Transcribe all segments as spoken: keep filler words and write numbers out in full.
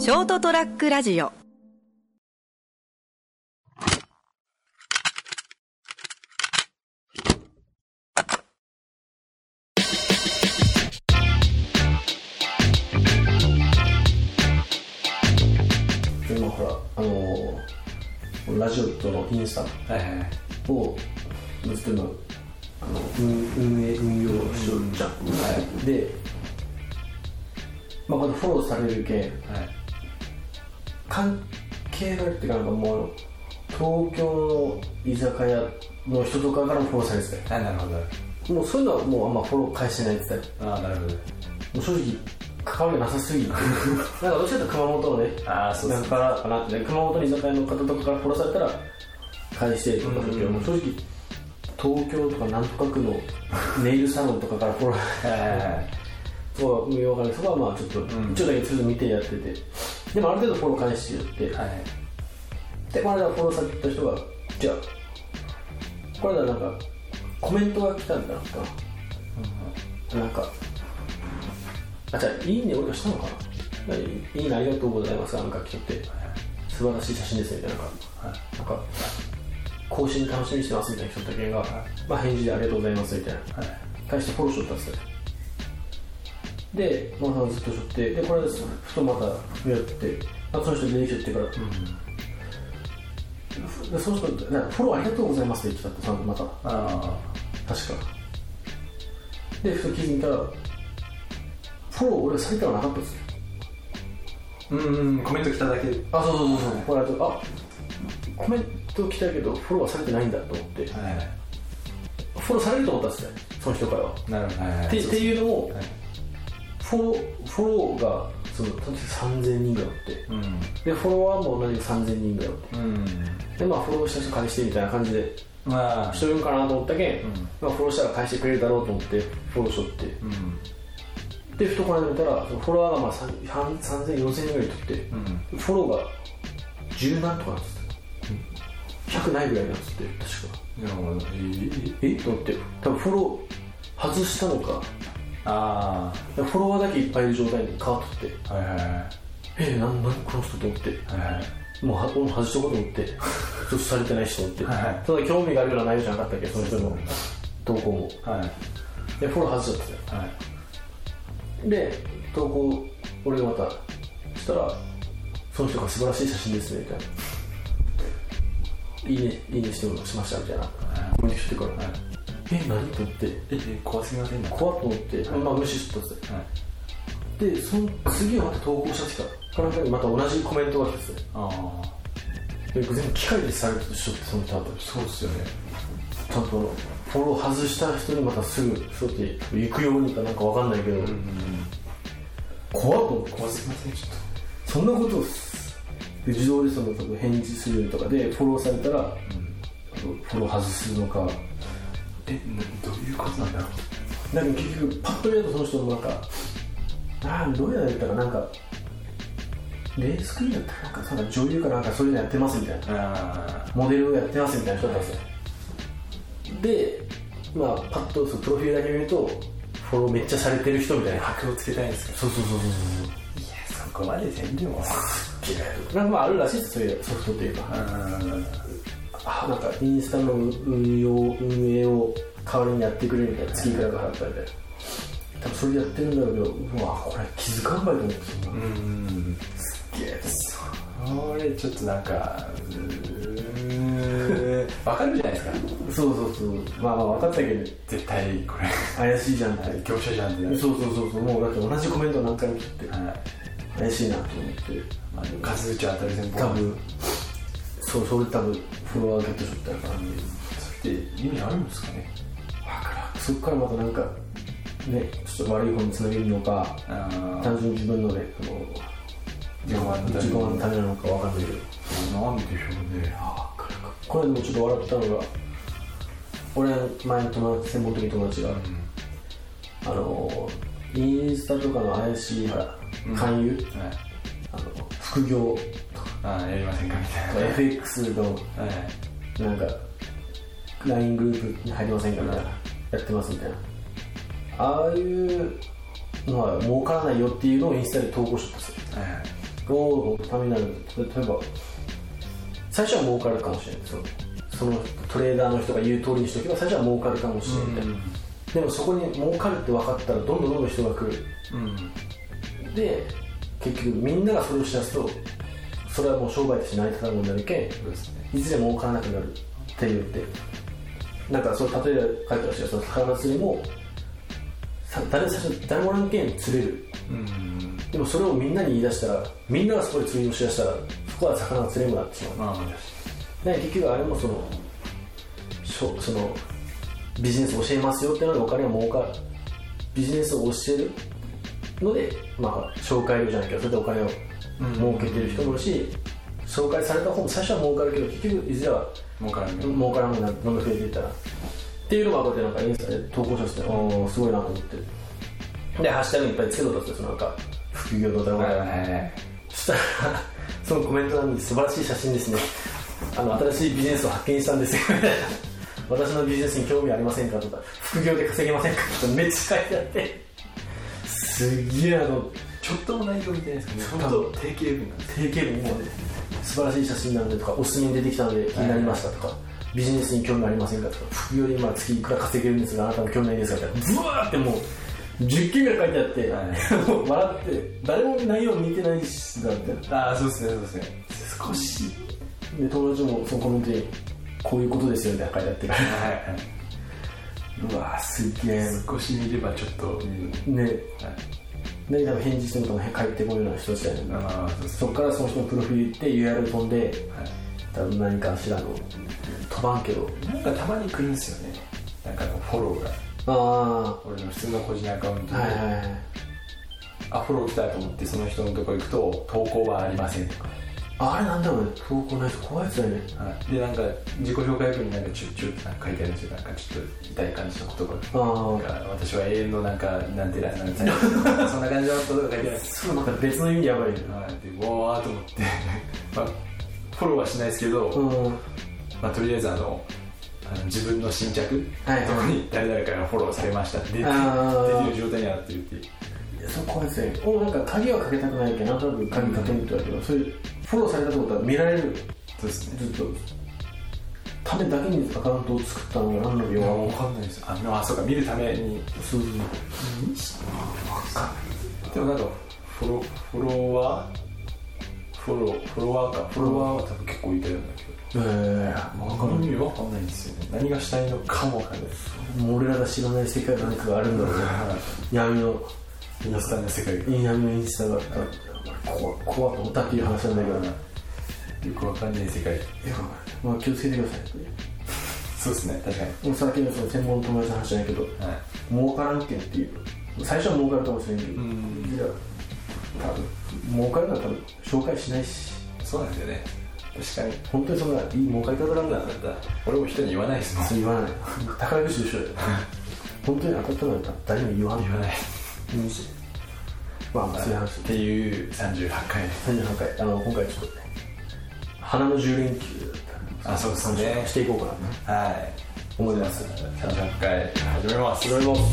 ショートトラックラジオ。 今ほらあのー、ラジオとのインスタをずっと今あの運営運用しようじゃん、はい、で、まあ、これフォローされるけん、はい、関係があるっていうか、なんかもう東京の居酒屋の人とかからもフォローされてたよ。 あ、なるほど。 もうそういうのはもうあんまフォロー返してないって言ってたよ。 あ、なるほど。 もう正直関わりなさすぎるなんかどうしても熊本のね、 あ、そうなんかかなってね、熊本の居酒屋の方とかからフォローされたら返してとかするけど、もう正直東京とかなんとか区のネイルサロンとかからフォローそう無料がね、そこはまあちょっと、うん、一応だけちょっと見てやってて、でもある程度フォロー返してやって、はい、でこの間フォローされた人がじゃあこれだなんかコメントが来たんだなんか、うん、なんかあ、じゃあいいね俺がしたのかな、いいねありがとうございますなんか来てて、素晴らしい写真ですみたいな、はい、なんか更新楽しみにしてますみたいな人だけが、はい、まあ、返事でありがとうございますみたいな、はい、返してフォローしよったんですよ。で、まあ、ずっとしょって、でこれでふとまたやって、あその人出てきてから、うん、でその人フォローありがとうございますって言ってたって、そのまたあ確かでふと気づいたらフォロー俺されてはなかったですよ。 うんうん、コメント来ただけ。 あ、そうそうそうそう、これあコメント来たけどフォローはされてないんだと思って、はい、フォローされると思ったんですね、その人からは。なるほど、はいはい、ってっていうのも、はい、フォロー、フォローがそのさんぜんにんぐらいおって、うん、でフォロワーも同じくさんぜんにんぐらいおって、うん、でまあフォローした人返してみたいな感じで、まあ、人いるんかなと思ったけん、うん、まあ、フォローしたら返してくれるだろうと思ってフォローしとって、うん、でふとこの間見たらフォロワーがまあさんぜんよんせんにんぐらいとって、うん、フォローがじゅうなんとかなんですって、ひゃくないぐらいなんですって確か。いやえええと思って、多分フォロー外したのか、あフォロワーだけいっぱいいる状態に変わっとって、はいはいはい、えー、なんなんこの人と思って、はいはい、もうはもう外しとこうと思ってちょっとされてない人と思って、はいはい、ただ興味があるような内容じゃなかったっけその人の投稿も、はい、でフォロー外しちゃってたよ、はい、で投稿俺がまたしたらその人が素晴らしい写真ですねみたいないいね、いいねしてもしましたみたいなコメント来てから、はい、え、何と思ってえ、 え、怖すぎませんね怖っと思って、はい、まあ無視したんですよ、はい、で、その次はまた投稿した人からからまた同じコメントが来てですね、あで全部機械でされてる人ってその人だった。そうですよね、ちゃんとフォロー外した人にまたすぐそうやって行くようにかなんかわかんないけど、うんうんうん、怖っと思って、怖すぎませんちょっとそんなことをで自動でその返事するとかでフォローされたら、うん、フォロー外すのか、 え、どういうことなんだろう。なんか結局パッと見るとその人もなんかああどうやら言ったかなんかレースクリーンだったらなんかなんか女優かなんかそういうのやってますみたいな、モデルをやってますみたいな人だったんですよ、はい、でまあパッとそのプロフィールだけ見るとフォローめっちゃされてる人みたいな箔をつけたいんですか。 そうそうそうそうそう、いやそこまでせんでもなんかまああるらしいです、そういうソフトっていうか、あなんかインスタの運用運営を代わりにやってくれみたいな、月いくらか払ったみたいな、多分それでやってるんだろうけど、うわこれ気づかんばいと思って、そんな、うん、すっげえそれちょっとなんかうーん分かるじゃないですか。 そうそうそう、まあまあ分かったけど絶対これ怪しいじゃんって業者じゃんって、 そうそうそうそう、もうだって同じコメント何回も切って、はい、怪しいなと思って、 まあ、数打ち当たり前多分そうそれ多分フォロワーゲットしとったから、ね、 それって意味あるんですかね。 分からん、そっからまたなんかねちょっと悪い方につなげるのか、単純に自分のねその自己満のためなのか分かんないけど、 なんでしょうね。 これでもちょっと笑ったのが、俺前の友達専門的友達が、うん、あのインスタとかの怪しいほら勧誘、うん、はい、あの副業あやりませんかみたいなエフエックス の、はい、なんか ライン グループに入りませんかみたいな、やってますみたいな、ああいうのは儲からないよっていうのをインスタで投稿しとったんですよ、はい、 をためになる。例えば最初は儲かるかもしれない。そのそのトレーダーの人が言う通りにしておけば最初は儲かるかもしれない、うん、でもそこに儲かるって分かったらどんどんどんどん人が来る、うん、で結局みんながそれをしだすとそれはもう商売として成り立たないものになるけん、ね、いずれ儲からなくなるっていうってなんかそう例えば書いてらっしゃるその魚釣りも誰最初誰もおらんけん釣れる、うん、でもそれをみんなに言い出したらみんながそこで釣りをしだしたらそこは魚が釣れなくなってしまう、まあ、で結局あれもそのそのビジネスを教えますよっていうのでお金が儲かるビジネスを教えるので、まあ、紹介料じゃないけどそれでお金を儲けてる人もいるし、うん、紹介された方も最初は儲かるけど結局いずれは儲からん儲からんものがどんどん増えていったらっていうのがこうやってなんかインスタで投稿しておすごいなと思ってでハッシュタグいっぱいつけとったんですよなんか副業のだろうが、はいはいはい、そしたらそのコメント欄に素晴らしい写真ですねあの新しいビジネスを発見したんですよ私のビジネスに興味ありませんかとか副業で稼げませんかとかめっちゃ書いてあってすげえあのちょっとも内容みたいですけど、ね、 ちょっと定型文なんです定型文みたいで素晴らしい写真なんでとかおすすめに出てきたので気になりましたとか、はい、ビジネスに興味ありませんかとか副業で今月いくら稼げるんですがあなたも興味ないですかってブワーってもうじゅっけんぐらい書いてあって、はい、もう笑って誰も内容見てないしだってああそうですねそうですね少しで友達もそのコメントにこういうことですよみたいな書いてあってから、はい、うわすげえ少し見ればちょっとね、はい、何か返事してるとか返ってこるような人たちだよねあそ, そこからその人のプロフィール行って ユーアールエル 飛んで、はい、多分何かしらの飛ばんけどなんかたまに来るんですよねなんかのフォローがあ俺の普通の個人アカウントで、 はいはいはい、 あフォロー来たと思ってその人のとこ行くと投稿はありませんとかあれなんだろうね投稿ない人怖いやつだよね、 はい、でなんか自己紹介文になんかチュッチュってなんか書いてあるんですよなんかちょっと痛い感じの言葉がなんか私は永遠のなんかなんていうなんてそんな感じのことが書いてあるそうなんか別の意味でやばいね、 はい、でわーと思ってまあフォローはしないですけど、うんまあ、とりあえずあのあの自分の新着、はいはい、とこに誰々からフォローされましたって出てる状態になってるっていういやそこはですねおなんか鍵はかけたくないけどなんとなく鍵かけるって言われてもそういうフォローされたってことは見られるそうですねずっとためだけにアカウントを作ったのが何の用は分かんないですよああそうか見るためにそうそう分かんないでもなんかフォロフォロワーフォローフォロワーかフォロワーは多分結構いたような気がえー、分かんない分かんないんですよね何がしたいのかも分かんないですもう俺らが知らない世界が何かがあるんだろうね闇のインスタの世界が闇のインスタがあった怖怖かったっていう話なんだけど、ね、 よく分かんない世界いや、 まあ、気をつけてくださいそうですね確かにもうさっきのその専門の友達の話じゃないけど、はい、儲からんけんっていう最初は儲かるかもしれんけどうんいや多分儲かるのは多分紹介しないしそうなんですよね確かに本当にそんないい儲かり方なんだ俺も人に言わないですもんそう言わない宝くじでしょ本当に当たったのは誰にも言わない言わないまあまあそういう話っていうさんじゅうはちかいさんじゅうはちかいあの今回ちょっとね花のじゅう連休あそうですねしていこうかなはい思いますさんじゅうはちかい始めます始めます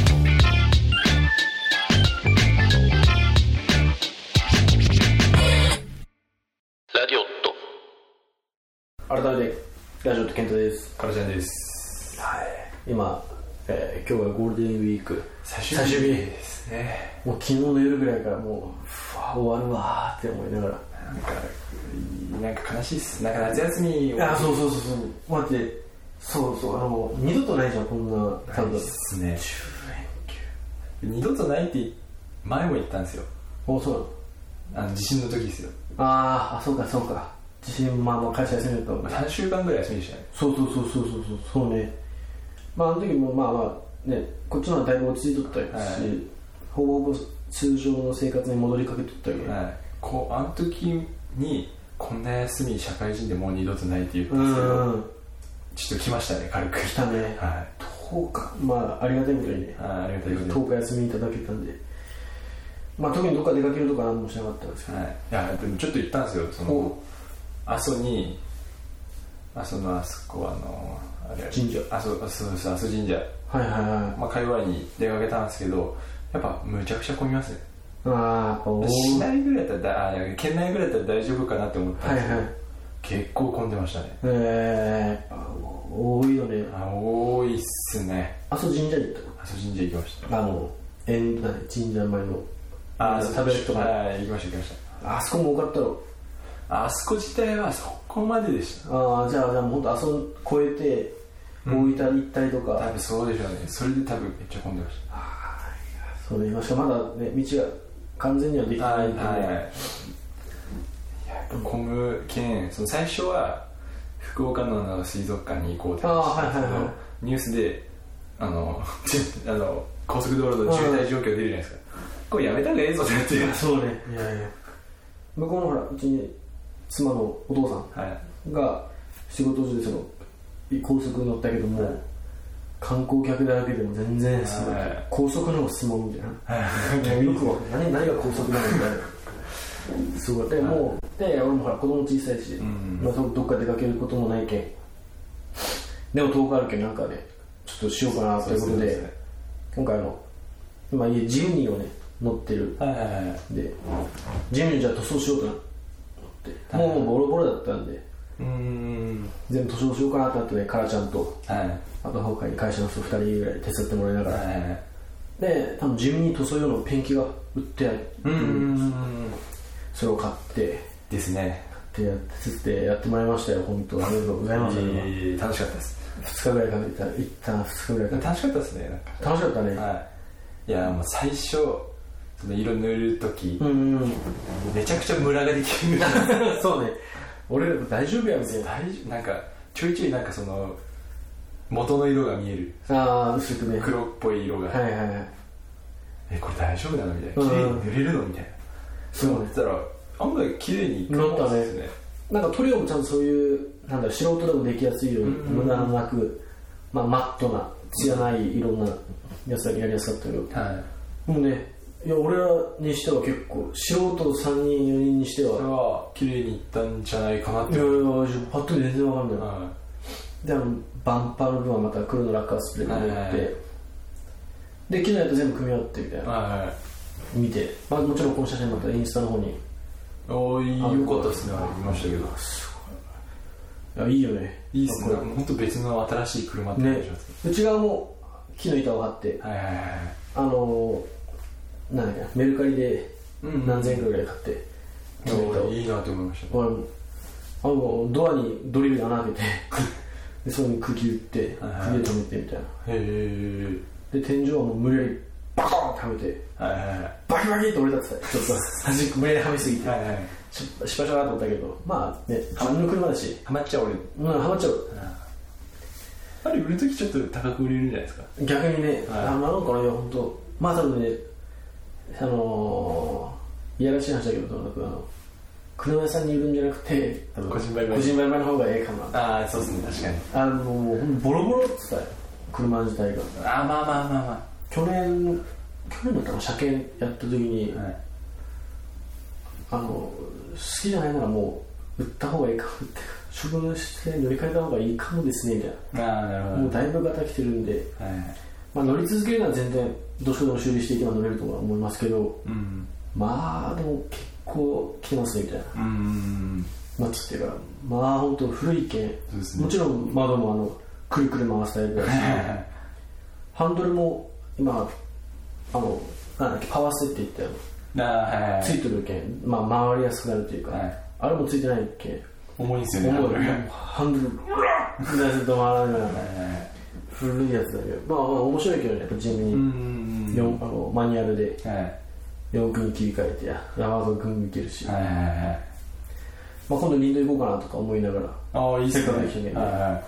ラジオット改めてラジオット健太ですカラちゃんですはい今えー、今日はゴールデンウィーク最終日ですねもう昨日の夜ぐらいからもうふわ終わるわーって思いながらなんかなんか悲しいっすなんか夏休みをあそうそうそうそう待ってそうそうあの二度とないじゃんこんな多分ないっすねじゅう連休二度とないって前も言ったんですよおそうなのあの地震の時ですよああそうかそうか地震まあまあ会社休みだったまあさんしゅうかんぐらい休みでしたねそうそうそうそうそうそうそうねまああの時もまあまあねこっちのはだいぶ落ち着いとったし、はい、ほぼほぼ通常の生活に戻りかけとったけど、はい、 こうあの時にこんな休み社会人でもう二度とないって言ったんですけど、うん、ちょっと来ましたね軽く来たね、はい、とおかまあありがたいことにね、 はい、ありがたいことにとおか休みいただけたんでまあ特にどっか出かけるとか何もしなかったんですけど、はい、 いやでもちょっと言ったんですよその阿蘇に阿蘇のあそこあのあれ神社あそうそうそう阿蘇神社はいはいはいまあ界隈に出かけたんですけどやっぱむちゃくちゃ混みますねああ、やっぱ多い。 市内ぐらいだったら、あ県内ぐらいだったら大丈夫かなって思ったんですけど、はいはい、結構混んでましたね。 ええー、多いよね。 あ、多いっすね。 阿蘇神社に行ったの？ 阿蘇神社行きました。 あの、えん、なに、神社前の、 あ、 食べるとか。 はい、行きました行きました。 あそこも多かったろ。 あそこ自体はそこまででした。 ああ、じゃあ、じゃあもうほんと阿蘇越えて、大分行ったりとか、 うん、多分そうでしょうね。それで多分めっちゃ混んでました。 ああ、そうね、しかまだね、道が完全にはできてないけど、はいはい、やっぱ混む県、その最初は福岡の水族館に行こうって話したんですけど、はいはいはい、ニュースであのあの高速道路の渋滞状況出るじゃないですか。これやめたらええぞって言って。 そうね。いやいや。向こうのほら、うちに妻のお父さんが仕事中でその高速乗ったけども、はい、観光客だらけでも全然すごい、はい、高速の方が進むみたいな、はい、よくは何何が高速なのみたいな。すごい。でもうで俺もほら子供小さいし、うんまあ、どっか出かけることもないけん。でも遠くあるけんなんかねちょっとしようかなということで、ね、今回の今家ジムニーをね乗ってる、はいはいはい、でジムニーじゃあ塗装しようかなって、はいはい、もうボロボロだったんで、うーん全部塗装しようかなってなってね、カラちゃんと、はい、あと他に会社の人ふたりぐらい手伝ってもらいながら、はいはい、で多分ジムニー塗装用のペンキが売ってある、うんうん、それを買ってですね買ってやってやってもらいましたよ。本当ありがとうございました。 えー、楽しかったです。 ふつかぐらいかけて行ったふつかぐらいかけて楽しかったですね。なんか楽しかったね、 はい、いやもう最初その色塗るとき、うんうん、めちゃくちゃムラができるそうね、俺ら大丈夫やみたいな。 大丈夫、なんかちょいちょいなんかその元の色が見える。 ああ薄くね、 黒っぽい色が、 はいはいはい、 えこれ大丈夫なのみたいな、綺麗に塗れるのみたいな。そう思ってたら案外綺麗に塗ったね。なんか塗料もちゃんとそういうなんだ素人でもできやすいように、無駄なく、まあ、マットな艶ないいろんなやつがやりやすかったけど、はい、もうね、いや俺らにしては結構素人さんにんよにんにしてはそれは綺麗にいったんじゃないかなって。 いやいやパッと見全然わかんない、はい、であのバンパーの分はまた黒のラッカースプレーを塗って、はいはい、で昨日やった全部組み合わってみたいな、はいはい、見て、まあ、もちろんこの写真またインスタの方におーよかったですね。見ましたけど、 いやいいよね。 いいっすね。本当別の新しい車って感じします、 ね、内側も木の板を張って、はいはいはい、あのなんだっけメルカリで何千円ぐらい買って、 うん、いいなと思いました、ね、 俺もあのドアにドリル穴開けてでそれに釘打って、はいはい、釘で止めてみたいな。へえ。で天井はもう無理やりバコーンってはめて、はいはいはい、バキバキって折れたってた。ちょっと端っこ無理やりはめすぎて、はいはい、しばしばなと思ったけど、まあね自分の車だしはまっちゃう俺、 うん、はまっちゃう。 あれ売るときちょっと高く売れるんじゃないですか。 逆にね、はい、あなんかね本当まあ多分ねあのー、いやらしい話だけど、どうなくあの車屋さんに売るんじゃなくて個人売買個人売買の方がええかな。 ああそうですね、確かに。 あのー、ボロボロって言ったよ車自体が。 ああまあまあまあまあ去年去年だったら車検やった時に、はい、あの好きじゃないならもう売った方がいいかもって処分して乗り換えた方がいいかもですねみたいな。あなるほど。もうだいぶガタ来てるんで、はい、まあ、乗り続けるのは全然どうしようでも修理していけば乗れるとは思いますけど、うん、まあでも結構来てますねみたいな、うん、まあつっていうかまあ本当古いけん、ね、もちろん窓もあのくるくる回すタイプだしハンドルも今あのなんだっけパワーステって言ったよ、はいはい、ついてるけん、まあ、回りやすくなるというか、はい、あれもついてないけん重いんですよね。 重いハンドルうらっずっと回らない古いやつだけど、まあ、まあ面白いけどね、やっぱ地味にあのマニュアルでよんくに切り替えてや山がぐんぐんいけるし、はいはいはい、まあ、今度リンド行こうかなとか思いながら、 ああいいですね、 はいはい、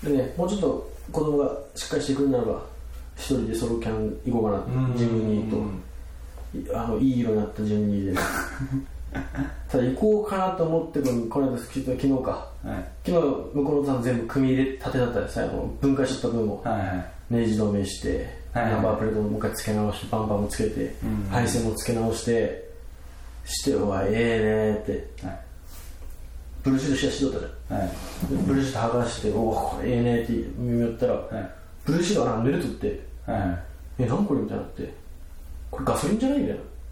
でね、もうちょっと子供がしっかりしてくるならば一人でソロキャン行こうかな、ジムニーとあのいい色になったジムニーでただ行こうかなと思ってこの間昨日か、はい、昨日向こうのさん全部組み入れ立てだったでさ、分解しちゃった分をネジ止めして、はいはい、ナンバープレートももう一回付け直してバンパーもつけて、うん、配線も付け直してしてはええねって、はい、ブルーシートしやしとったじゃん、はい、ブルーシート剥がしておおこれええねって見よったら、はい、ブルーシートが濡れとって、はい、え何これみたいになってこれガソリンじゃないみたいな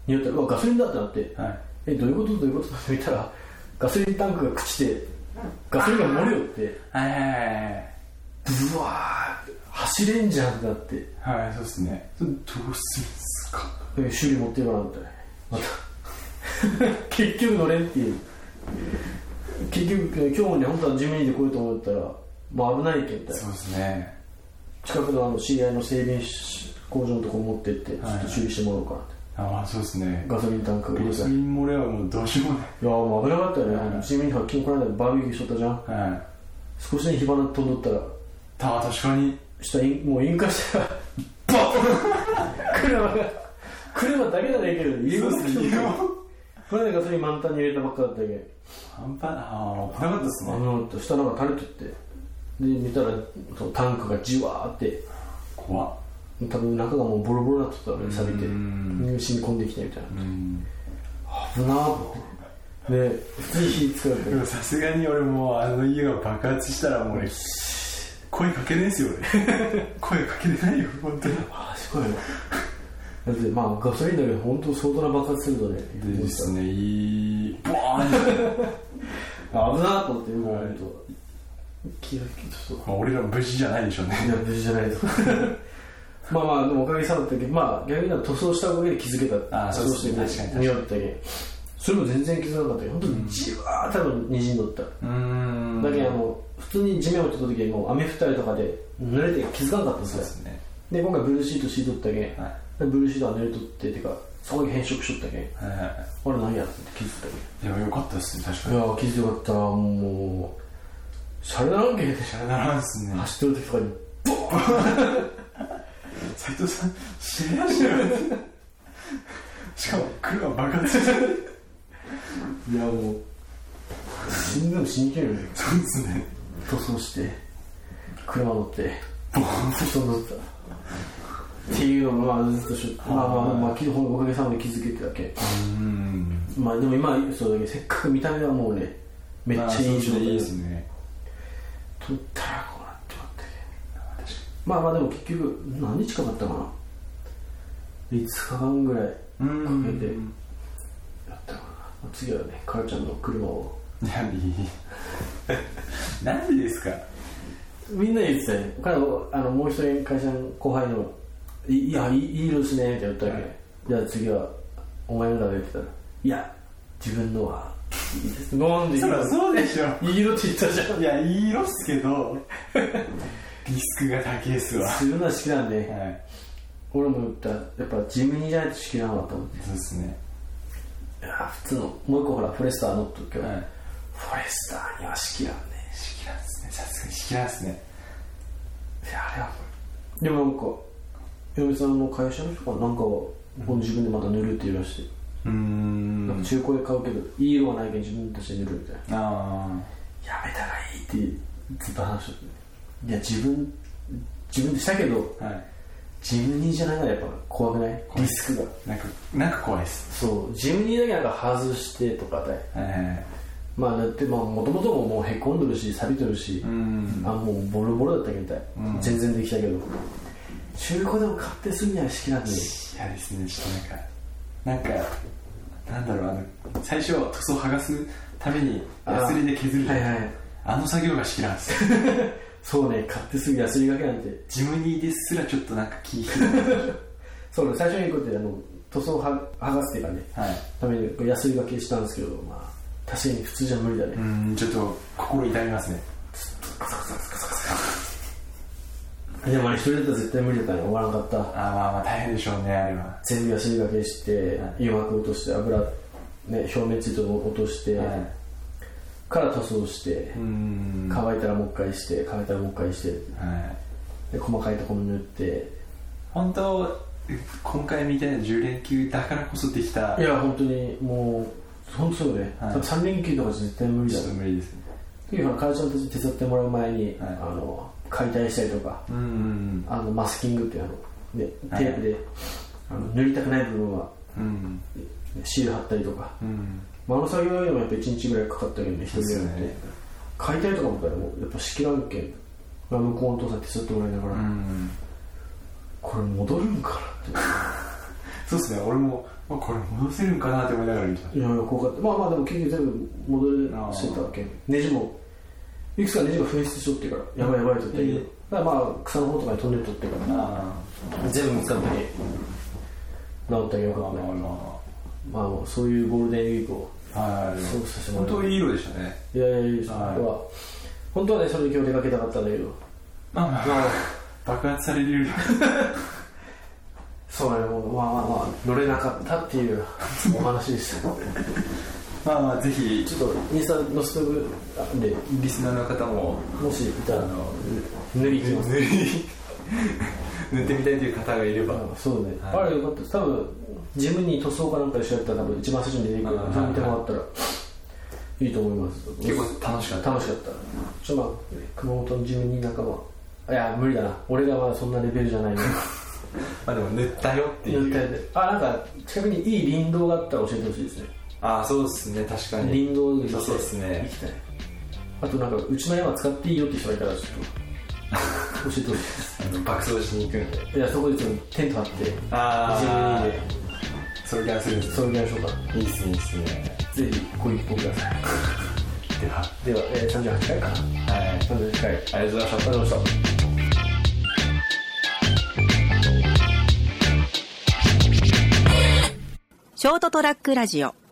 匂ったらうわガソリンだってなって、 はい、 えどういうことどういうことって見たらガソリンタンクが朽ちてガソリンが漏れよってはいはいはいブワー走れんじゃんってなって、 はい、そうですね。どうするんですか。 修理持っていかなかったねまた結局乗れんっていう結局今日もね本当は地味にで来ようと思ったらもう危ないけんみたいな。 そうですね。 近くのあの知り合いの整備工場のところ持ってってちょっと修理してもらおうかなって、 はいはい、ああそうですね。 ガソリンタンクガソリン漏れはもうどうしようもない。 いやもう危なかったよね、はい、地味に昨日この間バーベキューしとったじゃん、はい、少しで火花飛んどったらた確かにしたもう引火したらバッ車が車だけじゃないけど家ごと来てこの間ガソリン満タンに入れたばっかだったけど半端ああ危なかったですね。 あの下なんか垂れてってで見たらそのタンクがじわーって怖っ多分中がもうボロボロになってたのね錆びて染み込んできてみたいな危なーとで普通に火つかれてでもさすがに俺もうあの家が爆発したらもうね声かけれんすよ俺声かけれないよ本当にああすごいよだってまあガソリンだけど本当相当な爆発するとねでですねいいボーン危なーと思ってもう本当気がちょっと、 まあ、俺らも無事じゃないでしょうね。 いや無事じゃないとまあまあでもおかげさまだったけどまあ逆に言うと塗装したおかげで気づけた。 ああそうですね。確かに確かに。 匂ったけどそれも全然気づかなかったけど本当にじわー多分にじんどった。うんだけどあの普通に地面を落ちた時もう雨降ったりとかで濡れて気づかなかったんですよ。そうですね。で今回ブルーシート敷いとったけん、はい、ブルーシートは濡れとっててかそこに変色しとったけん、はいはい、あれ何やって気づいたけん。いやよかったですね確かに。 いや気づかなかったもうシャレならんけんシャレならんっすね。 走ってる時とかにボーン斉藤さん死にましたよしかも車爆発してるいやもう死んでも死にきれないよ。 そうですね。 塗装して車乗ってボーンと人乗ったっていうのもまあずっとしょまあまあまあおかげさまで気づけてたけうんまあでも今そうだけせっかく見た目はもうねめっちゃいい状態ですね。 撮ったらこうなってまったけどまあまあでも結局何日かかったかないつかかんぐらいかけてやったかな。次はね母ちゃんの車を何なんでですか。 みんな言ってたね。彼のあのもう一人会社の後輩のいやいい色ですねって言ったわけ、はい、じゃあ次はお前のだけって言ったらいや自分のはいいですなんでいい色そうでしょいい色って言ったじゃん。 いやいい色っすけどリスクが高いっすわ。 するのは好きなんで、はい、俺も言ったらやっぱジムニーじゃないと好きなのかと思って。 そうですね。 いや普通のもう一個ほらフォレスター乗っとくけど、はい、フォレスターには好きなんね。 好きなんですね。さすがに好きなんですね。 いやあれはでもなんか嫁さんの会社の人がなんかを自分でまた塗るって言うらしい。うーんなんか中古で買うけどいい色はないけど自分たちで塗るみたいな。あやめたらいいってずっと話しとって、いや自分自分でしたけど、はい、ジムニーじゃないからやっぱ怖くない？リスクがなんかなんか怖いです。 そうジムニーだけなんか外してとかで、はいはい、まあだってもともとももうへこんどるし錆びとるし、うんあもうボロボロだったみたい、うん、全然できたけど中古でも買ってすぐには好きなんで。いやですねちょっとなんかなんかなんだろうあの最初塗装剥がすためにヤスリで削る、はいはい、あの作業が好きなんですそうね買ってすぐヤスリがけなんてジムニーですらちょっとなんか気引いてそうね最初にこうやってあの塗装を剥がすっていうかね、はい、ためにヤスリがけしたんですけどまあ確かに普通じゃ無理だね。 うんちょっと心痛みますね。 でもあれ一人だったら絶対無理だったね。終わらなかった。 あまあまあ大変でしょうねあれは。 全部ヤスリがけして油膜落として油、ね、表面ついてるの落として、はい、から塗装してうん乾いたらもう一回して乾いたらもう一回して、はい、で細かいところ塗って本当今回みたいなじゅう連休だからこそできた。 いや本当にもう本当そうね、はい、さん連休とか絶対無理だね。 無理ですね。 っていうか母ちゃんたち手伝ってもらう前に、はい、あの解体したりとか、うんうんうん、あのマスキングっていうあの、ね、テープで、はい、あの塗りたくない部分は、うん、シール貼ったりとか、うんまあ、あの作業でもやっぱいちにちぐらいかかったけどね一人でやって、ね、解体とかもったらもうやっぱ仕切らんけん向こうのお父さん手伝ってもらいながら、うん、これ戻るんかなってそうですね、俺も、まあ、これ戻せるんかなって思いながら見てました。 いやいや怖かった。まあまあでも結局全部戻れしてたわけ。ネジもいくつかネジが紛失しとってからやばいやばいと言ったけど、だからまあ草の方とかに飛んでっとってからな全部見つかったり治ったりよかったね。まあまあそういうゴールデンウィークをはいそうさせてもらいました。本当いい色でしたね。 いやいやいいです、はい、本当はねそれで今日出かけたかったんだけどまあまあ、まあ、爆発されるよりそうね、もうまあまあまあ乗れなかったっていうお話でしたまあまあぜひちょっとインスタ載せておくんでリスナーの方ももしいたら塗り行きます塗り塗ってみたいという方がいれば、 そうね、はい、あれよかったです。多分ジムに塗装かなんかで調べたら多分一番最初に出てくるので見てもらったらいいと思います。 結構楽しかった楽しかったちょっとまあ熊本のジムに仲間いや無理だな、俺がまだそんなレベルじゃないのまあでも塗ったよっていう。塗ったよって。 あ、なんか近くにいい林道があったら教えてほしいですね。 ああそうですね、確かに林道でそうですね行きたい。あとなんかうちの山使っていいよって人がいたらちょっと教えてほしいです。 あの爆走しに行くんで。 いやそこでテント張ってああジムにでソロキャンするんです。 ソロキャンしようか。 いいっすねいいっすね。 ぜひご一報くださいではでは、えー、さんじゅうはちかいかな。 はいさんじゅうはちかいありがとうございました。 ありがとうございました。 ショートトラックラジオ